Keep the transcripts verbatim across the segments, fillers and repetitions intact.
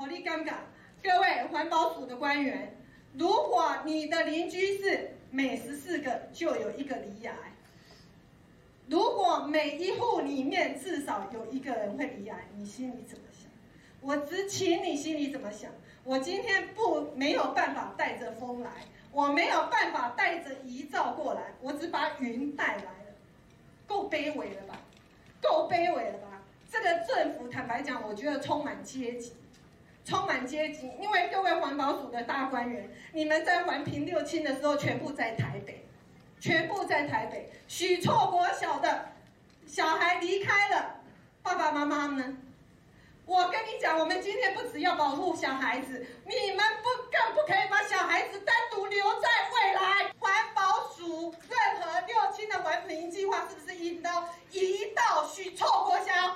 好你尴尬，各位环保署的官员，如果你的邻居是每十四个就有一个罹癌，如果每一户里面至少有一个人会罹癌，你心里怎么想？我只请你心里怎么想？我今天不没有办法带着风来，我没有办法带着遗照过来，我只把云带来了，够卑微了吧？够卑微了吧？这个政府坦白讲，我觉得充满阶级，充满阶级。因为各位环保署的大官员，你们在环评六轻的时候，全部在台北，全部在台北。许厝国小的小孩离开了，爸爸妈妈呢？我跟你讲，我们今天不只要保护小孩子，你们不更不可以把小孩子单独留在未来。环保署任何六轻的环评计划，是不是移到移到许厝国小？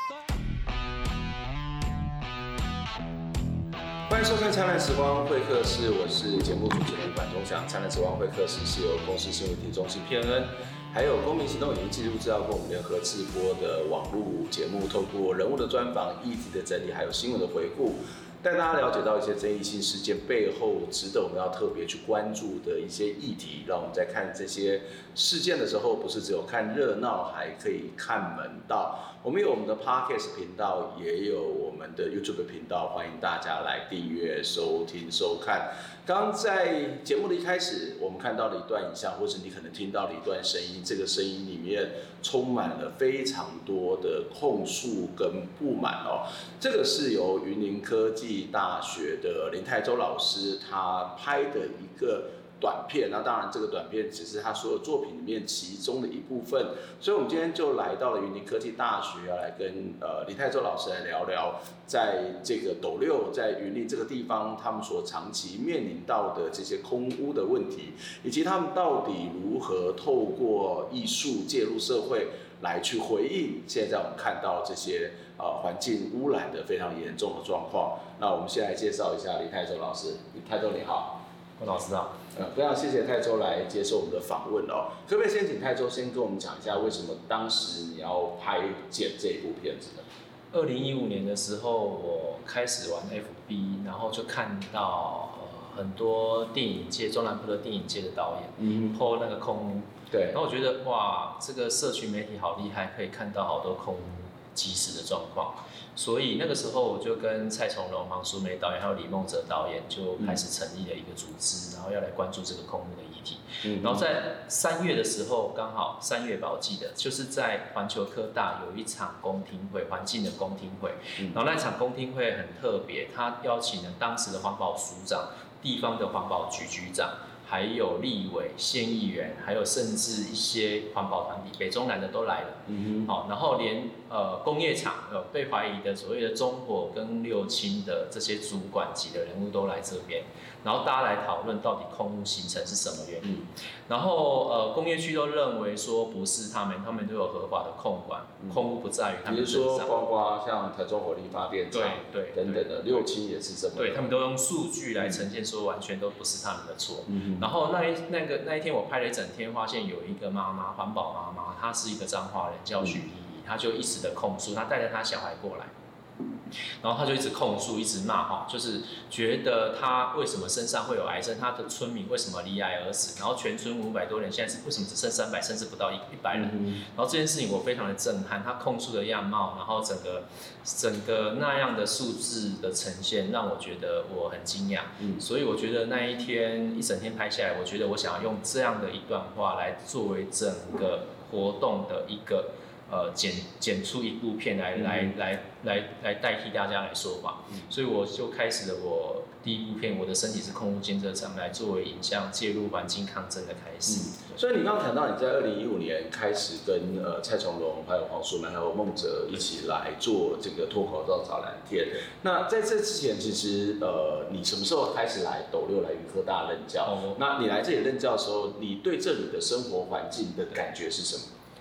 欢迎收看《灿烂时光会客室》，我是节目主持人管中祥。《灿烂时光会客室》是由公视新闻体中心 P N N， 还有公民行动影音记录资料跟我们联合制播的网络节目，透过人物的专访、议题的整理，还有新闻的回顾，带大家了解到一些争议性事件背后值得我们要特别去关注的一些议题，让我们在看这些事件的时候，不是只有看热闹，还可以看门道。我们有我们的 Podcast 频道，也有我们的 YouTube 频道，欢迎大家来订阅、收听、收看。刚在节目的一开始，我们看到了一段影像，或是你可能听到了一段声音，这个声音里面充满了非常多的控诉跟不满哦。这个是由云林科技大学的林泰洲老师他拍的一个短片，那当然这个短片只是他所有作品里面其中的一部分，所以我们今天就来到了云林科技大学，要来跟呃林泰洲老师来聊聊，在这个斗六在云林这个地方，他们所长期面临到的这些空污的问题，以及他们到底如何透过艺术介入社会来去回应现在我们看到这些呃环境污染的非常严重的状况。那我们先来介绍一下林泰洲老师。林泰洲你好。 关老师好， 呃，非常谢谢泰洲来接受我们的访问哦。可不可以先请泰洲先跟我们讲一下，为什么当时你要拍剪这一部片子呢？ 二零一五年的时候，我开始玩 F B， 然后就看到呃很多电影界中南部的电影界的导演，嗯 po 那个空污， 对， 然后我觉得哇，这个社群媒体好厉害，可以看到好多空污即时的状况。所以那个时候我就跟蔡崇隆、黄淑梅导演还有李梦哲导演就开始成立了一个组织，然后要来关注这个空污的议题。嗯、然后在三月的时候，刚好三月吧，我记得就是在环球科大有一场公听会，环境的公听会。嗯、然后那场公听会很特别，他邀请了当时的环保署长、地方的环保局局长，还有立委、县议员，还有甚至一些环保团体，北中南的都来了。嗯好，然后连呃工业厂呃被怀疑的所谓的中火跟六轻的这些主管级的人物都来这边，然后大家来讨论到底空污形成是什么原因。嗯、然后呃工业区都认为说不是他们，他们都有合法的控管，嗯、空污不在于他们身上。 比如说包括像台中火力发电厂对对等等的，六轻也是这么。 对，他们都用数据来呈现说完全都不是他们的错。嗯、然后那一那个那一天我拍了一整天，发现有一个妈妈，环保妈妈，她是一个彰化人，叫许依依，她就一直的控诉，她带着她小孩过来。然后他就一直控诉，一直骂哈，就是觉得他为什么身上会有癌症，他的村民为什么罹癌而死，然后全村五百多人，现在是为什么只剩三百，甚至不到一百人？嗯、然后这件事情我非常的震撼，他控诉的样貌，然后整个整个那样的数字的呈现，让我觉得我很惊讶。嗯、所以我觉得那一天一整天拍下来，我觉得我想要用这样的一段话来作为整个活动的一个。呃，剪剪出一部片来，来来来来代替大家来说话，嗯、所以我就开始了我第一部片《我的身体是空污监测站》来作为影像介入环境抗争的开始。 嗯、所以你刚刚谈到你在二零一五年开始跟呃蔡崇隆、还有黄淑梅、还有孟哲一起来做这个脱口罩早蓝天。那在这之前，其实呃，你什么时候开始来斗六来云科大任教？哦、那你来这里任教的时候，你对这里的生活环境的感觉是什么？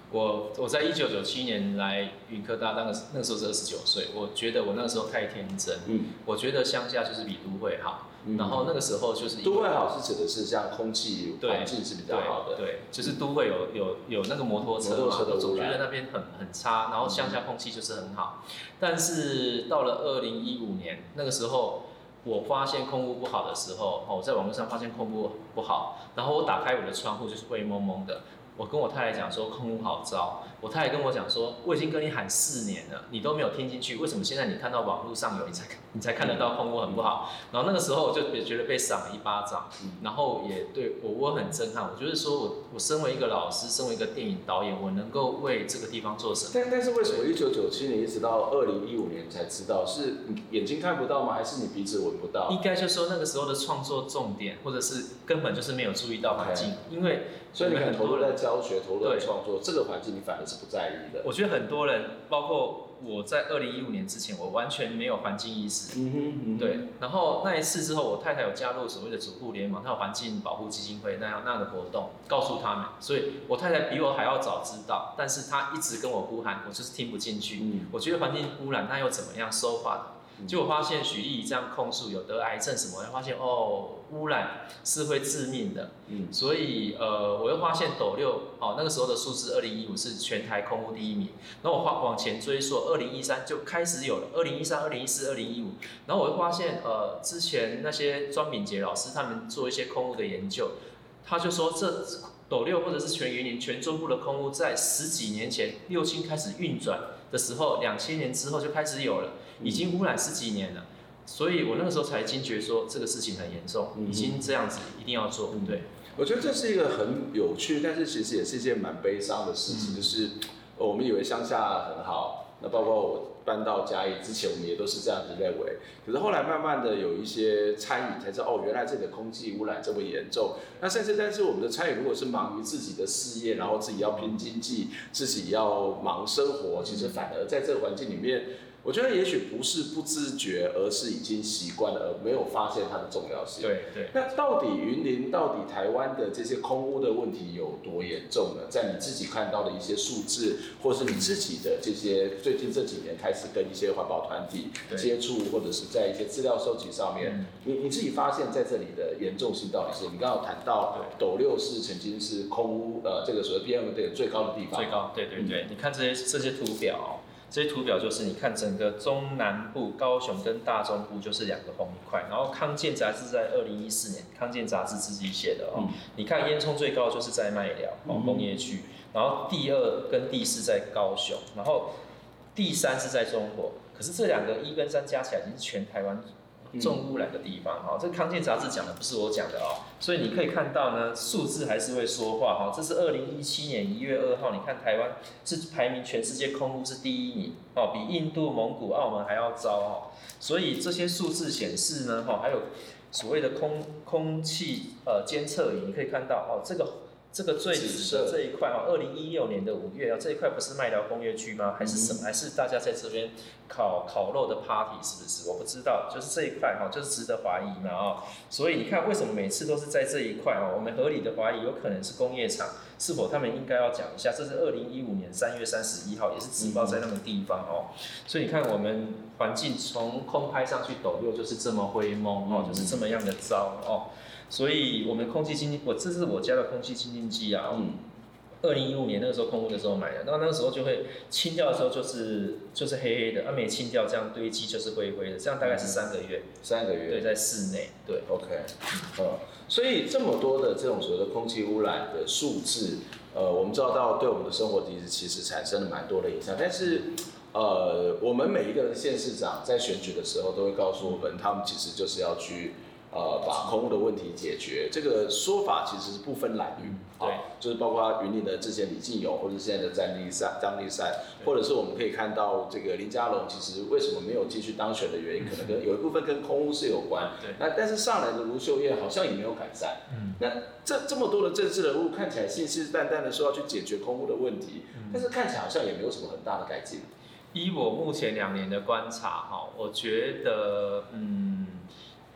我我在一九九七年来云科大，那个那个时候是二十九岁，我觉得我那个时候太天真，嗯，我觉得乡下就是比都会好，嗯、然后那个时候就是都会好是指的是像空气环境是比较好的， 对，对就是都会有有有那个摩托车嘛， 摩托车的我总觉得那边很很差，然后乡下空气就是很好，嗯、但是到了二零一五年那个时候。我发现空污不好的时候，我在网络上发现空污不好，然后我打开我的窗户就是灰蒙蒙的。我跟我太太讲说空污好糟，我太太跟我讲说我已经跟你喊四年了，你都没有听进去，为什么现在你看到网络上有你才你才看得到空污很不好？然后那个时候我就觉得被赏了一巴掌，然后也对我我很震撼。我就是说我我身为一个老师，身为一个电影导演，我能够为这个地方做什么？ 但但是为什么一九九七年一直到二零一五年才知道？是眼睛看不到吗？还是你鼻子闻不到？ 应该就说那个时候的创作重点，或者是根本就是没有注意到环境， okay. 因为所以你很投入在教学，投入在创作，这个环境你反而是不在意的。 我觉得很多人，包括我在二零一五年之前，我完全没有环境意识。嗯哼嗯哼对，然后那一次之后，我太太有加入所谓的主护联盟，她有环境保护基金会那样那样的活动，告诉他们，所以我太太比我还要早知道，但是她一直跟我呼喊，我就是听不进去。嗯、我觉得环境污染那又怎么样说法的？结果发现许丽这样控诉有得癌症什么，我发现哦，污染是会致命的。嗯，所以呃，我又发现斗六哦，那个时候的数字二零一五是全台空污第一名。然后我往前追溯，二零一三就开始有了，二零一三、二零一四、二零一五。然后我又发现呃，之前那些庄敏杰老师他们做一些空污的研究，他就说这斗六或者是全云林、全中部的空污在十几年前六轻开始运转的时候，两千年之后就开始有了。已经污染十几年了，所以我那个时候才惊觉说这个事情很严重，已经这样子一定要做。对， 我觉得这是一个很有趣，但是其实也是一件蛮悲伤的事情，嗯、就是我们以为乡下很好，那包括我搬到嘉义之前，我们也都是这样子认为。可是后来慢慢的有一些参与，才知道哦，原来这里的空气污染这么严重。那甚至但是我们的参与如果是忙于自己的事业，然后自己要拼经济，自己要忙生活，其实反而在这个环境里面。我觉得也许不是不自觉，而是已经习惯了，而没有发现它的重要性。 对对。 那到底云林，到底台湾的这些空污的问题有多严重呢？在你自己看到的一些数字，或是你自己的这些最近这几年开始跟一些环保团体接触，或者是在一些资料收集上面，嗯、你你自己发现在这里的严重性到底是？你刚刚有谈到斗六市曾经是空污呃这个所谓 P M 的最高的地方。 最高，对对对。嗯、你看这些这些图表、哦。这些图表就是你看整个中南部高雄跟大中部就是两个红一块，然后康健杂志在二零一四年康健杂志自己写的哦，嗯、你看烟囱最高就是在麦寮哦工业区，然后第二跟第四在高雄，然后第三是在中国，可是这两个一跟三加起来已经是全台湾重污染的地方哈，这康健杂志讲的不是我讲的哦，所以你可以看到呢，数字还是会说话哈。这是二零一七年一月二号，你看台湾是排名全世界空污是第一名哦，比印度、蒙古、澳门还要糟哦。所以这些数字显示呢，哈，还有所谓的空空气呃监测仪，你可以看到哦，这个。这个最紫的这一块哦，二零一六年的五月啊，这一块不是麦寮工业区吗？还是什么？还是大家在这边烤烤肉的 party 是不是？我不知道，就是这一块哈，就是值得怀疑嘛哦。所以你看，为什么每次都是在这一块哦？我们合理的怀疑有可能是工业厂，是否他们应该要讲一下？这是二零一五年三月三十一号，也是直报在那个地方哦。所以你看，我们环境从空拍上去斗六就是这么灰蒙哦，就是这么样的糟哦。所以，我们空气清净，我这是我家的空气清净机啊。嗯。二零一五年那个时候空污的时候买的，那那个时候就会清掉的时候就是就是黑黑的，啊没清掉这样堆积就是灰灰的，这样大概是三个月。 三个月。 对，在室内。对。 OK。嗯。所以这么多的这种所谓的空气污染的数字，呃，我们知道到对我们的生活其实其实产生了蛮多的影响，但是。呃，我们每一个县市长在选举的时候都会告诉我们，他们其实就是要去。呃，把空污的问题解决，这个说法其实是不分蓝绿， 对、 啊，就是包括云林的之前李进勇，或者现在的张立善、张立善，或者是我们可以看到这个林佳龙，其实为什么没有继续当选的原因，可能跟有一部分跟空污是有关。 对， 那但是上来的卢秀燕好像也没有改善。嗯，那这这么多的政治人物看起来信誓旦旦的说要去解决空污的问题，嗯、但是看起来好像也没有什么很大的改进。 依我目前两年的观察，哈，我觉得，嗯。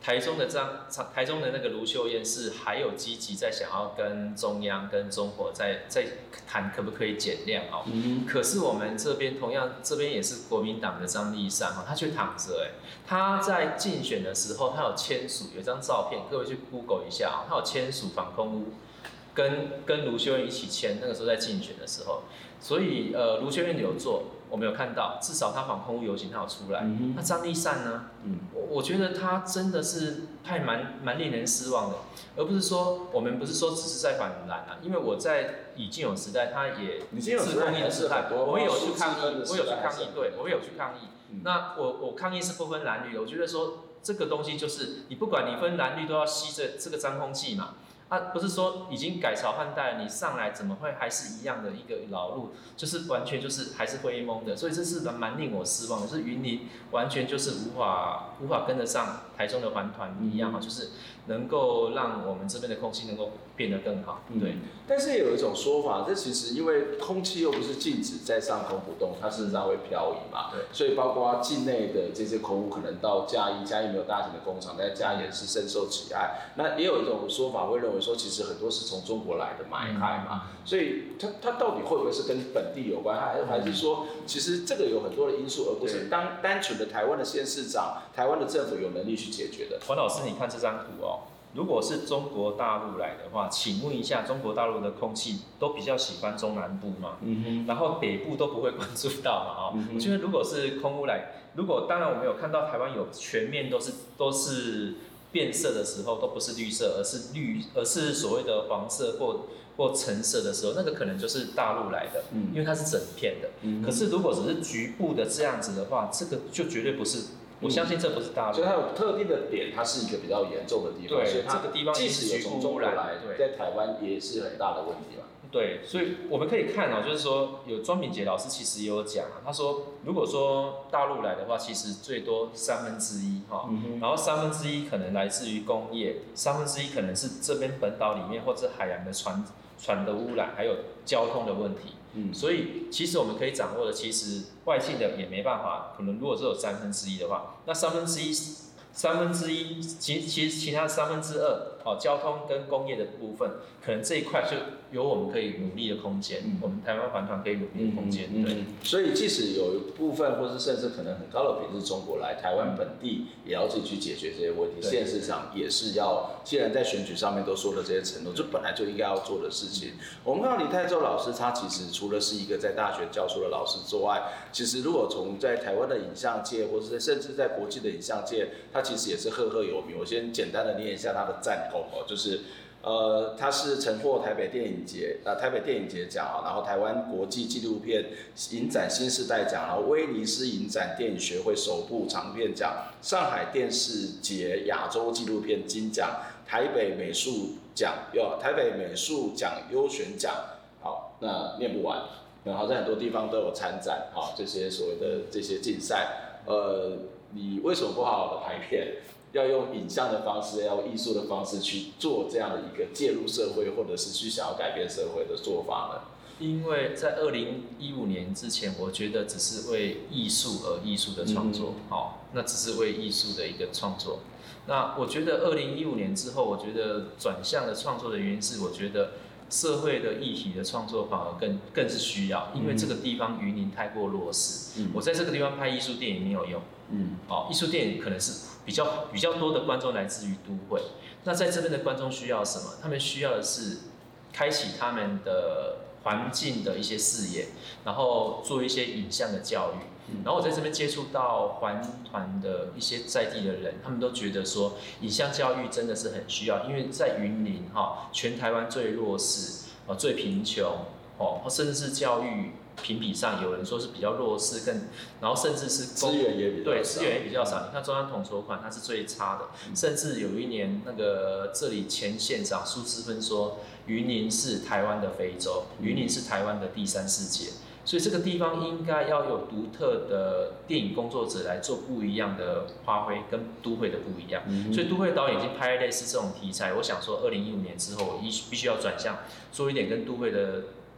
台中的张台中的那个卢秀燕是还有积极在想要跟中央跟中国在在谈可不可以减量哦。嗯、可是我们这边同样这边也是国民党的张丽善哈，他却躺着哎，他在竞选的时候他有签署有一张照片，各位去 Google 一下啊，他有签署防空屋，跟跟卢秀燕一起签，那个时候在竞选的时候，所以呃卢秀燕有做。我没有看到，至少他防空屋游行他有出来。嗯、那张丽善呢？嗯、我我觉得他真的是还蛮蛮令人失望的，而不是说我们不是说只是在反蓝啊，因为我在以金勇时代，他也是抗议的时代，我也有去抗议，我有去抗议，对，我有去抗议。嗯、那我我抗议是不分蓝绿的，我觉得说这个东西就是你不管你分蓝绿都要吸这这个脏空气嘛。啊，不是说已经改朝换代了，你上来怎么会还是一样的一个老路，就是完全就是还是灰蒙的，所以这是蛮令我失望的。是云林完全就是无法无法跟得上台中的环团一样哈，嗯、就是能够让我们这边的空气能够变得更好。对， 嗯、但是有一种说法，这其实因为空气又不是静止在上空不动，它事实上会漂移嘛，对，所以包括境内的这些空污可能到嘉义，嘉义没有大型的工厂，但嘉义也是深受其害。那也有一种说法会认为说，其实很多是从中国来的买害嘛，嗯、所以它它到底会不会是跟本地有关，还还是说，其实这个有很多的因素，而不是当单纯的台湾的县市长、台湾的政府有能力去解决的。 黄老师，你看这张图哦，如果是中国大陆来的话，请问一下，中国大陆的空气都比较喜欢中南部嘛？嗯哼，然后北部都不会关注到嘛？哦，嗯、我觉得如果是空污来，如果当然我们有看到台湾有全面都是都是。变色的时候都不是绿色，而是绿，而是所谓的黄色或或橙色的时候，那个可能就是大陆来的，嗯、因为它是整片的。嗯、可是如果只是局部的这样子的话，这个就绝对不是，我相信这不是大陆。 所以它有特定的点，它是一个比较严重的地方， 对， 所以它这个地方即使有从中国来，在台湾也是很大的问题嘛。 对，所以我们可以看哦，就是说有庄敏杰老师其实也有讲啊，他说如果说大陆来的话，其实最多三分之一哈，嗯、然后三分之一可能来自于工业，三分之一可能是这边本岛里面或者海洋的船船的污染，还有交通的问题。嗯，所以其实我们可以掌握的，其实外境的也没办法，可能如果只有三分之一的话，那三分之一。三分之一，其其实其他三分之二，哦，交通跟工业的部分，可能这一块就有我们可以努力的空间，嗯、我们台湾环团可以努力的空间，嗯、对。 所以即使有一部分，或是甚至可能很高的比例是中国来，台湾本地也要自己去解决这些问题。县市长也是要，既然在选举上面都说了这些承诺，这本来就应该要做的事情。我们看到李泰州老师，他其实除了是一个在大学教书的老师之外，其实如果从在台湾的影像界，或是甚至在国际的影像界，他其实也是赫赫有名。我先简单的念一下他的战功哦，就是，呃，他是曾获台北电影节呃台北电影节奖啊，然后台湾国际纪录片影展新世代奖，然后威尼斯影展电影学会首部长片奖，上海电视节亚洲纪录片金奖，台北美术奖有台北美术奖优选奖，好，那念不完，然后在很多地方都有参展，好，这些所谓的这些竞赛，呃。你为什么不好好的拍片？要用影像的方式，要用艺术的方式去做这样的一个介入社会，或者是去想要改变社会的做法呢？ 因为在二零一五年之前，我觉得只是为艺术而艺术的创作，好、嗯哦，那只是为艺术的一个创作。那我觉得二零一五年之后，我觉得转向的创作的原因是，我觉得社会的议题的创作反而更更是需要，因为这个地方云林太过弱势，嗯、我在这个地方拍艺术电影没有用。嗯，哦，艺术电影可能是比较比较多的观众来自于都会，那在这边的观众需要什么？他们需要的是开启他们的环境的一些视野，然后做一些影像的教育。然后我在这边接触到环团的一些在地的人，他们都觉得说影像教育真的是很需要，因为在云林哈，全台湾最弱势、哦最贫穷哦，甚至是教育。评比上有人说是比较弱势，更然后甚至是资源也比较少， 对资源也比较少。你看中央统筹款它是最差的，嗯、甚至有一年那个这里前县长苏姿芬说，云林是台湾的非洲，云林是台湾的第三世界。所以这个地方应该要有独特的电影工作者来做不一样的发挥，跟都会的不一样。嗯、所以都会导演已经拍类似这种题材，我想说，二零一五年之后，我必须要转向做一点跟都会的。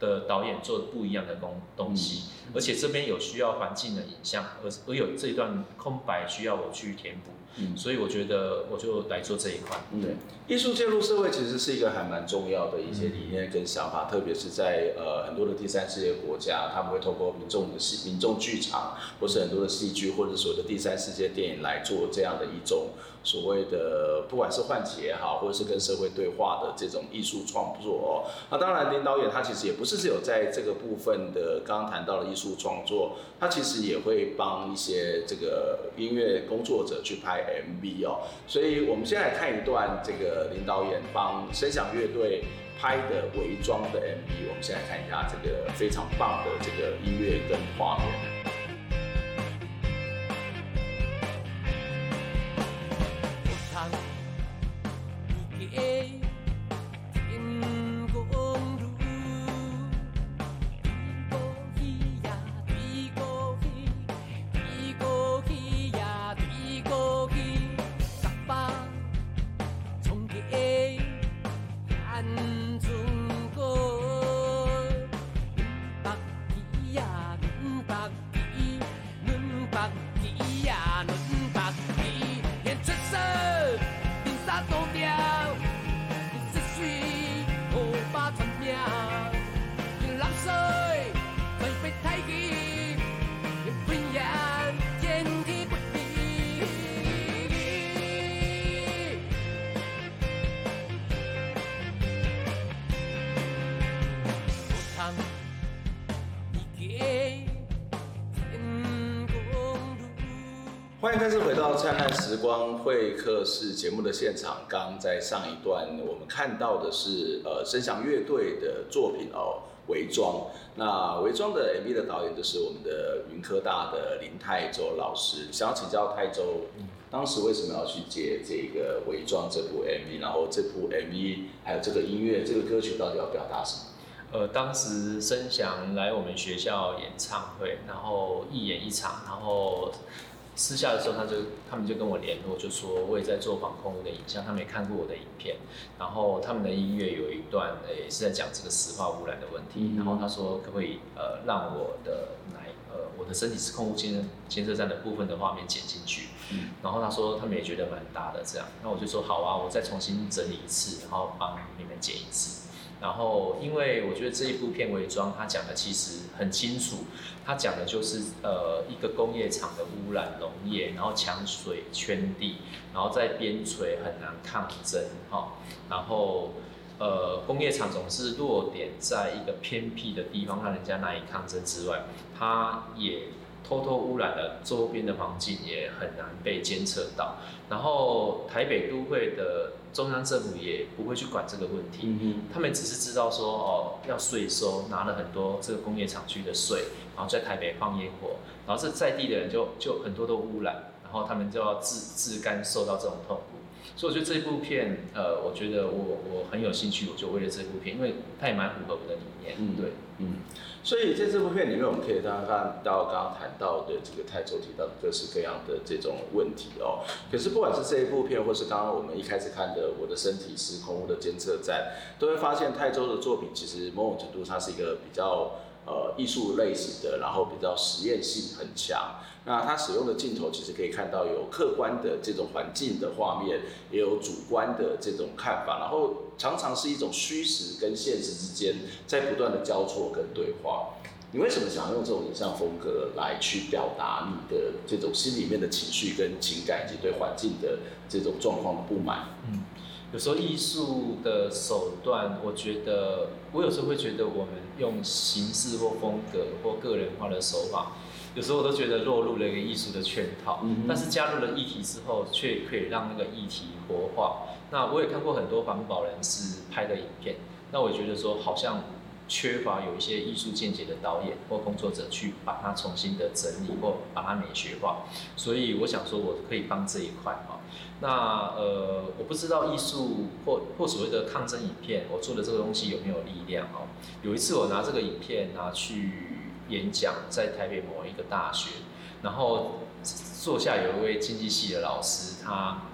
的导演做不一样的东东西，嗯、而且这边有需要环境的影像，而而有这一段空白需要我去填补。嗯，所以我觉得我就来做这一块。 嗯， 对， 艺术介入社会其实是一个还蛮重要的一些理念跟想法，嗯、特别是在呃很多的第三世界国家，他们会透过民众的戏、民众剧场，或是很多的戏剧，或者所谓的第三世界电影来做这样的一种所谓的，不管是唤起也好，或者是跟社会对话的这种艺术创作哦。那当然，林导演他其实也不是只有在这个部分的刚刚谈到的艺术创作，他其实也会帮一些这个音乐工作者去拍M V 哦，所以我们先来看一段这个林导演帮声响乐队拍的伪装的 M V， 我们先来看一下这个非常棒的这个音乐跟画面。欢迎再次回到灿烂时光会客室节目的现场。刚刚在上一段我们看到的是呃声响乐队的作品哦，伪装。那伪装的 M V 的导演就是我们的云科大的林泰州老师。想要请教泰州，当时为什么要去接这个伪装这部 M V？ 然后这部 M V 还有这个音乐这个歌曲到底要表达什么？ 呃，当时声响来我们学校演唱会，然后一演一场，然后私下的时候，他就他们就跟我联络，就说我也在做防空屋的影像，他们也看过我的影片，然后他们的音乐有一段也是在讲这个石化污染的问题，嗯、然后他说可不可以呃让我的来呃我的身体是空污监监测站的部分的画面剪进去，嗯、然后他说他们也觉得蛮搭的这样，那我就说好啊，我再重新整理一次，然后帮你们剪一次。然后，因为我觉得这一部片伪装，它讲的其实很清楚，它讲的就是呃一个工业厂的污染农业，然后抢水圈地，然后在边陲很难抗争哈、哦，然后呃工业厂总是落点在一个偏僻的地方，让人家难以抗争之外，它也偷偷污染了周边的环境，也很难被监测到。然后台北都会的中央政府也不会去管这个问题，嗯、他们只是知道说哦要税收，拿了很多这个工业厂区的税，然后在台北放烟火，然后这在地的人就就很多都污染，然后他们就要自自甘受到这种痛苦。所以我觉得这部片，呃，我觉得我我很有兴趣，我就为了这部片，因为它也蛮符合我的理念，嗯、对， 嗯。所以在这部片里面，我们可以刚刚看到刚刚谈到的这个泰州提到的各式各样的这种问题哦。可是不管是这一部片，或是刚刚我们一开始看的《我的身体是空污的监测站》，都会发现泰州的作品其实某种程度它是一个比较呃艺术类型的，然后比较实验性很强。那它使用的镜头其实可以看到有客观的这种环境的画面，也有主观的这种看法，然后常常是一种虚实跟现实之间在不断的交错跟对话。你为什么想要用这种影像风格来去表达你的这种心里面的情绪跟情感，以及对环境的这种状况的不满？ 嗯，有时候艺术的手段，我觉得我有时候会觉得我们用形式或风格或个人化的手法。有时候我都觉得落入了一个艺术的圈套，嗯、但是加入了议题之后，却可以让那个议题活化。那我也看过很多环保人士拍的影片，那我觉得说好像缺乏有一些艺术见解的导演或工作者去把它重新的整理或把它美学化，所以我想说我可以帮这一块哈。那呃，我不知道艺术或或所谓的抗争影片，我做的这个东西有没有力量哦？有一次我拿这个影片拿去演讲，在台北某一个大学，然后坐下有一位经济系的老师，他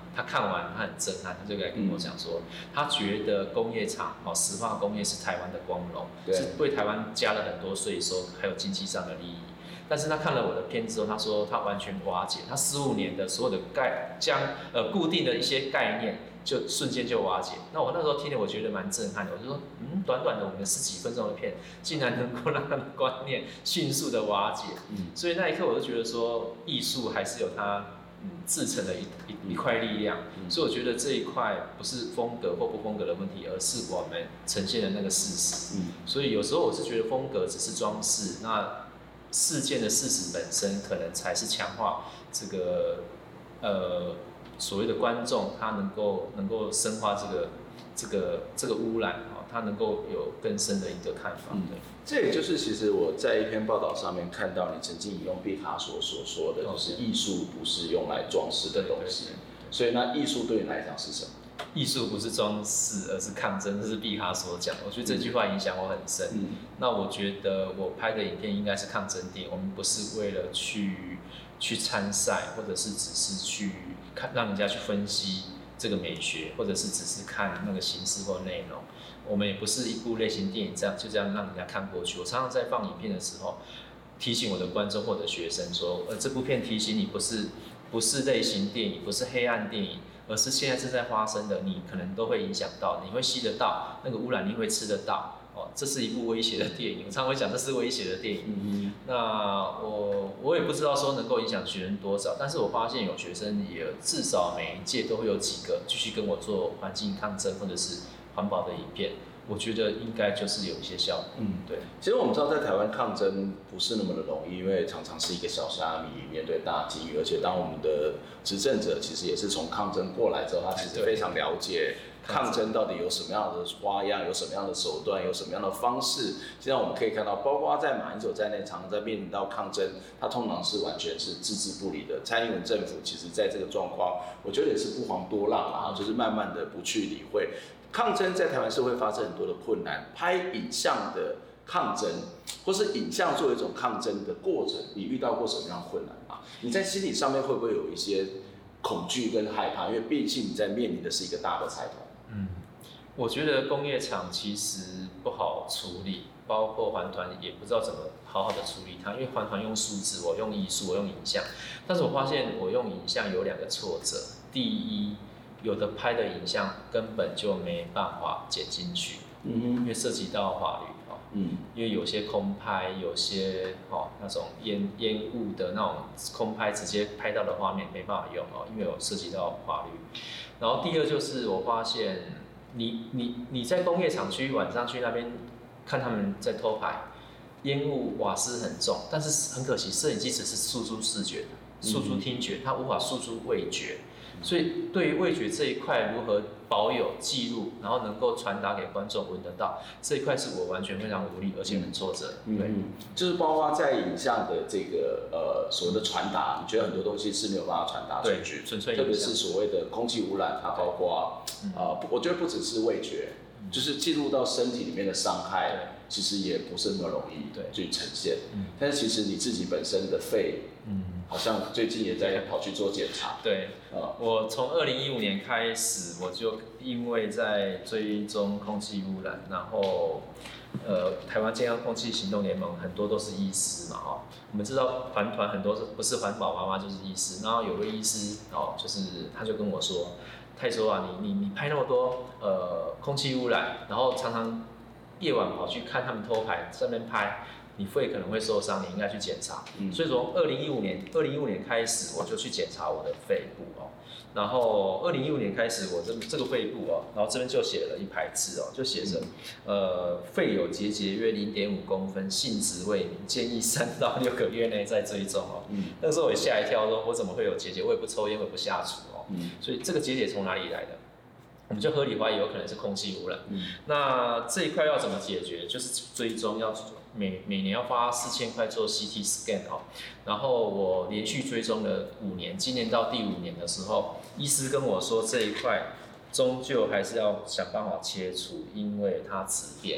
他看完他很震撼，他就来跟我讲说，他觉得工业厂哦，石化工业是台湾的光荣，是为台湾加了很多税收，还有经济上的利益。但是他看了我的片之后，他说他完全瓦解，他十五年的所有的概将呃固定的一些概念，就瞬间就瓦解。那我那时候听了，我觉得蛮震撼的。我就说，嗯，短短的我们十几分钟的片，竟然能够让他的观念迅速的瓦解。嗯，所以那一刻我就觉得说，艺术还是有它嗯自成的一一一块力量。嗯、所以我觉得这一块不是风格或不风格的问题，而是我们呈现的那个事实。嗯，所以有时候我是觉得风格只是装饰，那事件的事实本身可能才是强化这个呃所谓的观众他能够能够深化这个这个这个污染啊，他能够有更深的一个看法。对， 嗯、这也就是其实我在一篇报道上面看到你曾经引用毕卡索所说的，就是艺术不是用来装饰的东西。所以那艺术对你来讲是什么？ 艺术不是装饰，而是抗争，这是毕卡索讲的。我觉得这句话影响我很深。嗯、那我觉得我拍的影片应该是抗争电影，我们不是为了去去参赛，或者是只是去看让人家去分析这个美学，或者是只是看那个形式或内容。我们也不是一部类型电影这样就这样让人家看过去。我常常在放影片的时候，提醒我的观众或者学生说，呃，这部片提醒你不是不是类型电影，不是黑暗电影。而是现在正在发生的，你可能都会影响到，你会吸得到，那个污染你会吃得到，哦，这是一部威胁的电影。我常常会讲，这是威胁的电影。嗯、那我我也不知道说能够影响学生多少，但是我发现有学生也至少每一届都会有几个继续跟我做环境抗争或者是环保的影片。我觉得应该就是有一些效果。嗯，对。 其实我们知道，在台湾抗争不是那么的容易，因为常常是一个小虾米面对大机遇，而且当我们的执政者其实也是从抗争过来之后，他其实非常了解抗争到底有什么样的花样，有什么样的手段，有什么样的方式。现在我们可以看到，包括在马英九在内，常常在面临到抗争，他通常是完全是置之不理的。蔡英文政府其实在这个状况，我觉得也是不遑多让啦，就是慢慢的不去理会。抗争在台湾社会发生很多的困难，拍影像的抗争，或是影像作为一种抗争的过程，你遇到过什么样的困难吗？你在心理上面会不会有一些恐惧跟害怕？因为毕竟你在面临的是一个大的财团。 嗯，我觉得工业厂其实不好处理，包括环团也不知道怎么好好的处理它，因为环团用数字，我用艺术，我用影像，但是我发现我用影像有两个挫折，第一。有的拍的影像根本就没办法剪进去，嗯哼，因为涉及到法律哦，嗯，因为有些空拍，有些哦那种烟烟雾的那种空拍，直接拍到的画面没办法用哦，因为有涉及到法律。然后第二就是我发现你，你你你在工业厂区晚上去那边看他们在偷拍，烟雾瓦斯很重，但是很可惜，摄影机只是输出视觉的，输出听觉，它无法输出味觉。所以对于味觉这一块如何保有记录，然后能够传达给观众闻得到，这一块是我完全非常无力，而且很挫折。 嗯、对、嗯，就是包括在影像的这个呃所谓的传达，你觉得很多东西是没有办法传达出去， 纯粹特别是所谓的空气污染，它包括呃，我觉得不只是味觉，嗯、就是进入到身体里面的伤害，其实也不是那么容易去呈现。嗯、但是其实你自己本身的肺，嗯。好像最近也在跑去做检查。 对，呃、我从二零一五年开始，我就因为在追踪空气污染，然后，呃，台湾健康空气行动联盟很多都是医师嘛，哦，我们知道环团很多不是环保妈妈就是医师，然后有位医师哦，就是他就跟我说，他说啊，你你你拍那么多呃空气污染，然后常常夜晚跑去看他们偷拍，在那边拍。你肺可能会受伤，你应该去检查。嗯、所以从二零一五年，二零一五年开始，我就去检查我的肺部哦。然后二零一五年开始，我这这个肺部哦，然后这边就写了一排字哦，就写着，呃，肺有结节约零点五公分，性质未明，建议三到六个月内再追踪哦。嗯、那个时候我也吓一跳，说我怎么会有结节？我也不抽烟，我也不下厨哦。嗯、所以这个结节从哪里来的？我们就合理怀疑有可能是空气污染。嗯、那这一块要怎么解决？就是追踪要。每每年要花四千块做 C T scan 哦，然后我连续追踪了五年，今年到第五年的时候，医师跟我说这一块终究还是要想办法切除，因为它质变了哦，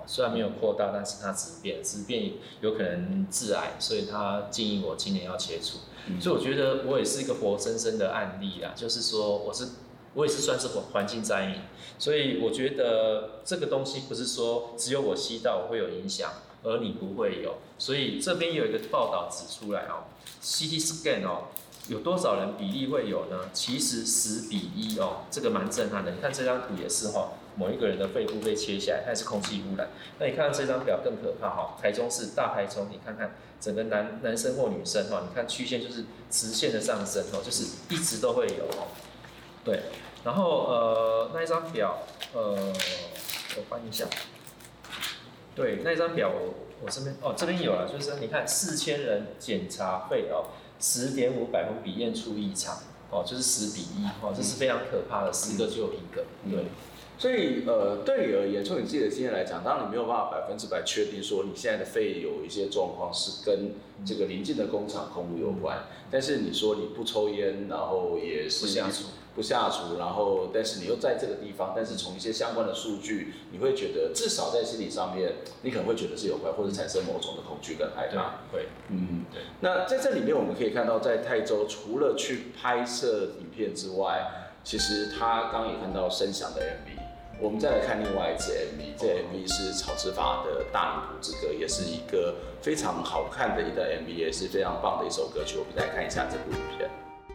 虽然没有扩大，但是它质变，质变有可能致癌，所以他建议我今年要切除。嗯、所以我觉得我也是一个活生生的案例啦，就是说我是我也是算是环境灾民，所以我觉得这个东西不是说只有我吸到我会有影响，而你不会有。所以这边有一个报道指出来哦 ，C T scan 哦。有多少人比例会有呢？其实十比一哦，这个蛮震撼的。你看这张图也是哈、哦，某一个人的肺部被切下来，它也是空气污染。那你看到这张表更可怕哈、哦，台中市大台中，你看看整个男男生或女生哈、哦，你看曲线就是直线的上升哦，就是一直都会有哦。对，然后呃那一张表呃我翻一下，对那一张表我我这边哦这边有了，就是你看四千人检查肺哦。十点五百分比验出异常，哦，就是十比一，哦，这是非常可怕的，十个就有一个，对。 所以呃，对你而言，从你自己的经验来讲，当然你没有办法百分之百确定说你现在的肺有一些状况是跟这个邻近的工厂空污有关，但是你说你不抽烟，然后也是不下厨， 不下厨，然后但是你又在这个地方，但是从一些相关的数据，你会觉得至少在心理上面，你可能会觉得是有关，或者产生某种的恐惧跟害怕。 会， 嗯，对。那在这里面，我们可以看到，在泰州除了去拍摄影片之外，其实他刚刚也看到声响的 M V。我们再来看另外一支 M V， 这 M V 是草之法的《大林埔之歌》，也是一个非常好看的一段 M V， 也是非常棒的一首歌曲。我们再来看一下这部影片。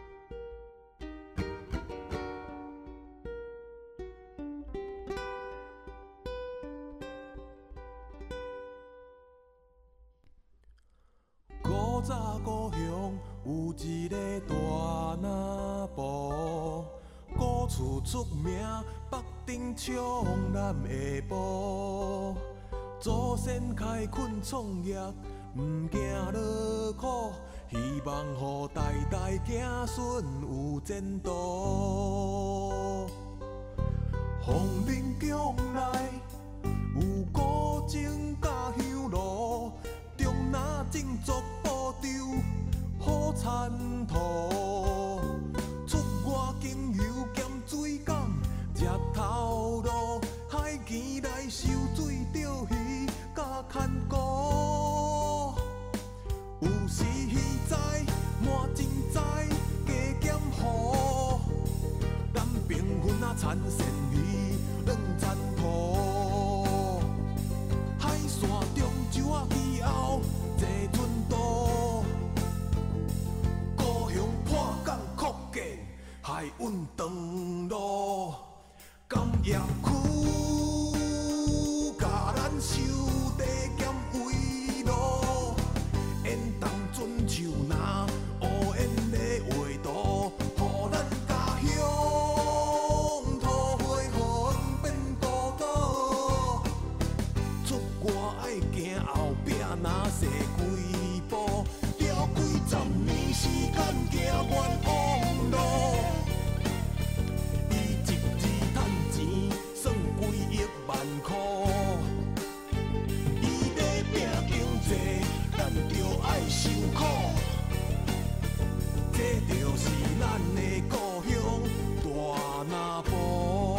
古早故乡有一个大南部，古厝出名。北顶冲南下步，祖先开垦创业，唔惊劳苦，希望予代代子孙有前途。凤林乡内有古井甲香炉，中南种族保留好产土，出外经由咸水港。食头路，海墘来收水钓鱼，甲牵鼓。有时鱼灾满真灾，加减雨。南平云啊产鳝鱼，软产土。海线中洲啊气候坐船渡，故乡破港扩建，海运长路。工业区，甲咱收地兼围路，缘当准树林，乌烟的画图，予咱家乡土花红变古土。出外爱行后壁，若踅几步，了几十年时间行冤枉路。万块，伊咧拼经济，咱着爱受苦。这就是咱的故乡大南部。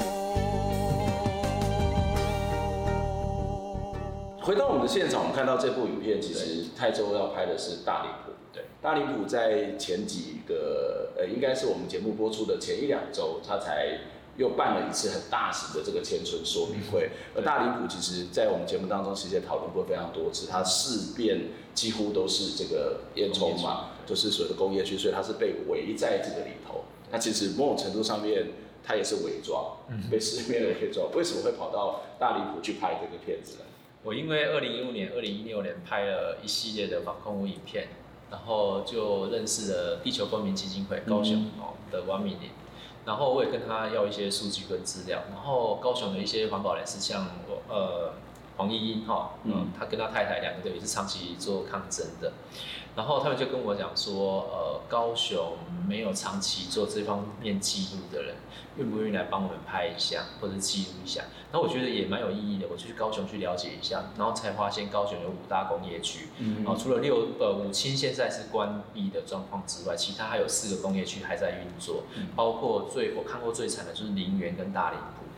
回到我们的现场，我们看到这部影片，其实泰州要拍的是大林埔。对，大林埔在前几个呃，应该是我们节目播出的前一两周，它才。又办了一次很大型的这个迁村说明会，而大林埔其实，在我们节目当中，其实也讨论过非常多次，它四边几乎都是这个烟囱嘛，就是所谓的工业区，所以它是被围在这个里头。那其实某种程度上面，它也是伪装，被四面的伪装。为什么会跑到大林埔去拍这个片子呢？ 我因为二零一五年、二零一六年拍了一系列的防空污影片，然后就认识了地球公民基金会高雄的王敏玲。然后我也跟他要一些数据跟资料，然后高雄的一些环保人士，像呃黄依依哈，嗯，他跟他太太两个也是长期做抗争的，然后他们就跟我讲说，呃，高雄没有长期做这方面记录的人，愿不愿意来帮我们拍一下或者记录一下？然后我觉得也蛮有意义的，我就去高雄去了解一下，然后才发现高雄有五大工业区，嗯，然后除了六呃五轻现在是关闭的状况之外，其他还有四个工业区还在运作，包括最我看过最惨的就是林园跟大林埔。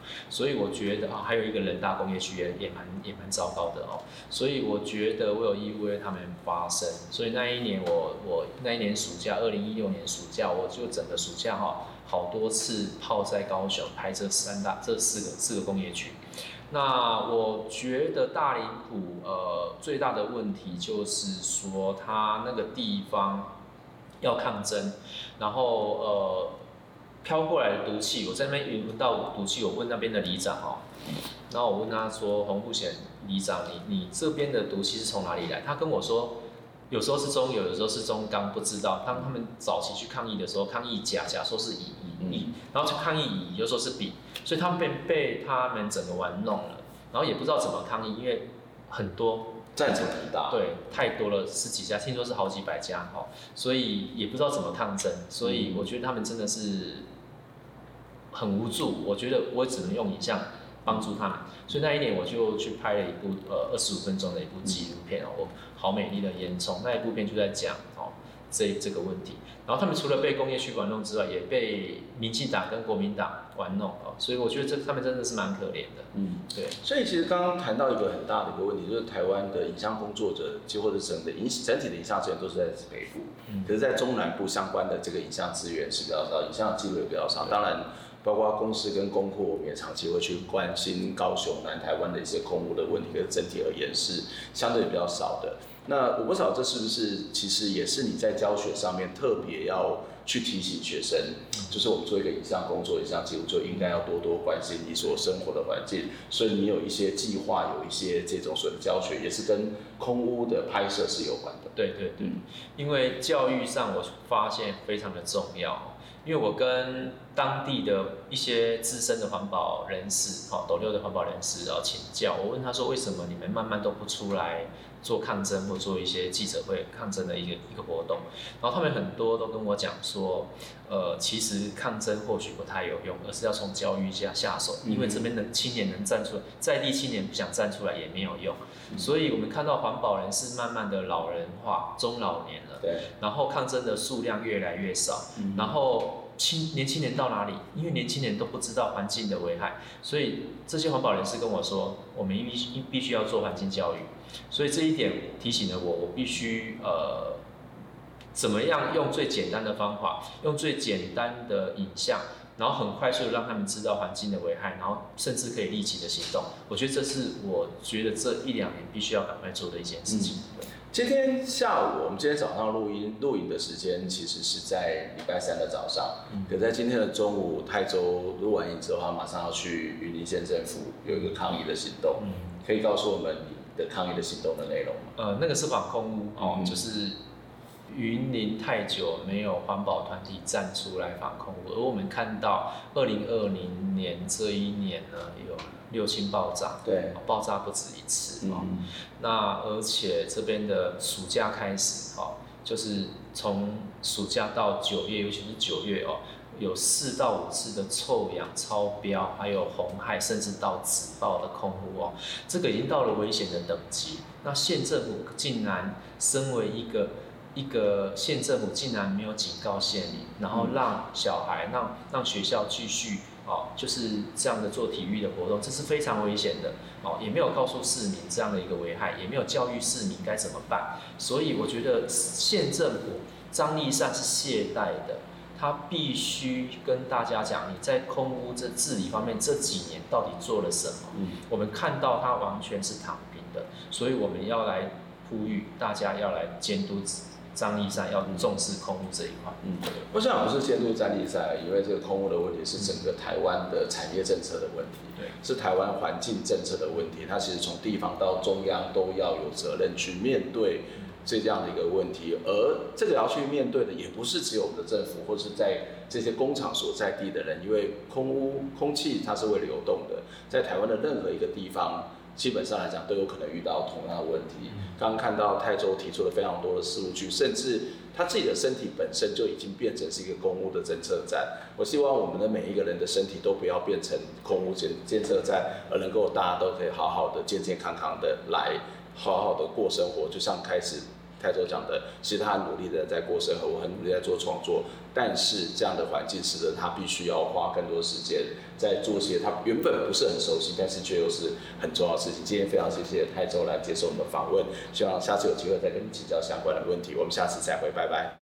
所以我觉得啊，还有一个人大工业区也也蛮也蛮糟糕的哦，所以我觉得我有义务为他们发声。所以那一年我我那一年暑假，二零一六年暑假，我就整个暑假哈，好多次泡在高雄拍这三大这四个四个工业区。那我觉得大林埔呃最大的问题就是说，它那个地方要抗争，然后呃飘过来的毒气，我在那边闻到毒气，我问那边的里长哦，然后我问他说，洪富贤里长，你你这边的毒气是从哪里来？他跟我说，有时候是中油，有时候是中钢，不知道。当他们早期去抗议的时候，抗议甲，甲说是乙，乙乙，然后去抗议乙，又说是丙，所以他们被被他们整个玩弄了，然后也不知道怎么抗议，因为很多。 战场很大， 对，太多了，十几家，听说是好几百家哈，所以也不知道怎么抗争，所以我觉得他们真的是很无助。我觉得我只能用影像帮助他们，所以那一年我就去拍了一部呃二十五分钟的一部纪录片哦，好美丽的烟囱，那一部片就在讲哦这这个问题。然后他们除了被工业区玩弄之外，也被民进党跟国民党玩弄哦，所以我觉得这他们真的是蛮可怜的。嗯，对。 所以其实刚刚谈到一个很大的一个问题，就是台湾的影像工作者，几乎是整的影整体的影像资源都是在北部，嗯、可是，在中南部相关的这个影像资源是比较少，影像记录也比较少。当然，包括公司跟公库，我们也长期会去关心高雄、南台湾的一些空污的问题，可是整体而言是相对比较少的。那我不晓得这是不是其实也是你在教学上面特别要去提醒学生，就是我们做一个影像工作、影像记录就应该要多多关心你所生活的环境，所以你有一些计划，有一些这种所谓的教学，也是跟空污的拍摄是有关的。 对对对，因为教育上我发现非常的重要。因为我跟当地的一些资深的环保人士，好斗六的环保人士，然后请教，我问他说，为什么你们慢慢都不出来做抗争或做一些记者会抗争的一个一个活动？然后他们很多都跟我讲说，呃，其实抗争或许不太有用，而是要从教育下下手，因为这边的青年能站出来，在地青年不想站出来也没有用。所以我们看到环保人士慢慢的老人化，中老年了， 对， 然后抗争的数量越来越少，嗯、然后青年轻人到哪里？因为年轻人都不知道环境的危害，所以这些环保人士跟我说，我们必必须要做环境教育。所以这一点提醒了我，我必须呃，怎么样用最简单的方法，用最简单的影像。然后很快速的让他们知道环境的危害，然后甚至可以立即的行动。我觉得这是我觉得这一两年必须要赶快做的一件事情。嗯、 今天下午，我们今天早上录音录影的时间其实是在礼拜三的早上，嗯、可在今天的中午，泰州录完影之后，他马上要去云林县政府有一个抗议的行动。嗯、可以告诉我们你的抗议的行动的内容吗？ 呃，那个是反空污哦，嗯、就是。云林太久没有环保团体站出来反空污，而我们看到二零二零年这一年呢，有六轻爆炸， 对， 爆炸不止一次哦。 嗯、 那而且这边的暑假开始哦，就是从暑假到九月，尤其是九月哦，有四到五次的臭氧超标，还有红害，甚至到紫爆的空污哦，这个已经到了危险的等级。那县政府竟然身为一个一个县政府竟然没有警告县民，然后让小孩、让让学校继续哦，就是这样的做体育的活动，这是非常危险的哦，也没有告诉市民这样的一个危害，也没有教育市民该怎么办。所以我觉得县政府张立善是懈怠的，他必须跟大家讲，你在空污这治理方面这几年到底做了什么？嗯、我们看到他完全是躺平的，所以我们要来呼吁大家要来监督。张立善要重视空污这一块。 嗯，我想不是监督张立善，因为这个空污的问题是整个台湾的产业政策的问题， 对， 是台湾环境政策的问题。它其实从地方到中央都要有责任去面对这样的一个问题，而这个要去面对的也不是只有我们的政府，或是在这些工厂所在地的人，因为空污空气它是会流动的，在台湾的任何一个地方。基本上来讲都有可能遇到同样的问题。刚刚看到泰州提出了非常多的事务区，甚至他自己的身体本身就已经变成是一个空污的侦测站。我希望我们的每一个人的身体都不要变成空污监监测站，而能够大家都可以好好的健健康康的来好好的过生活，就像开始泰州讲的，其实他很努力的在过生活，我很努力在做创作，但是这样的环境使得他必须要花更多时间在做些他原本不是很熟悉，但是却又是很重要的事情。今天非常谢谢泰州来接受我们的访问，希望下次有机会再跟你请教相关的问题。我们下次再会，拜拜。